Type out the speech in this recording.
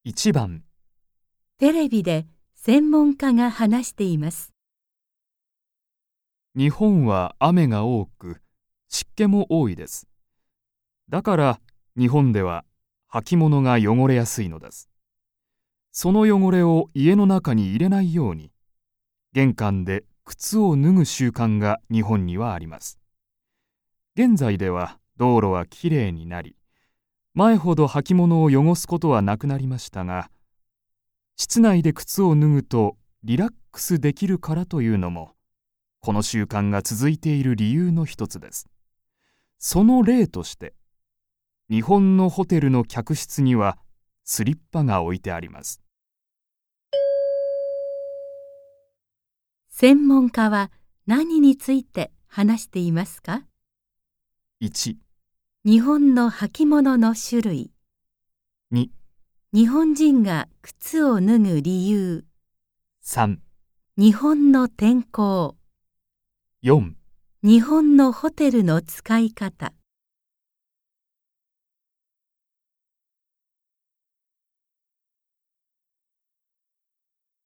1番、 テレビで専門家が話しています。 日本は雨が多く、湿気も多いです。だから日本では履物が汚れやすいのです。その汚れを家の中に入れないように、玄関で靴を脱ぐ習慣が日本にはあります。現在では道路はきれいになり、前ほど履物を汚すことはなくなりましたが、室内で靴を脱ぐとリラックスできるからというのも、この習慣が続いている理由の一つです。その例として、日本のホテルの客室にはスリッパが置いてあります。 専門家は何について話していますか？ 1、 日本の履物の種類。 2、 日本人が靴を脱ぐ理由。 3、 日本の天候。 4 日本のホテルの使い方。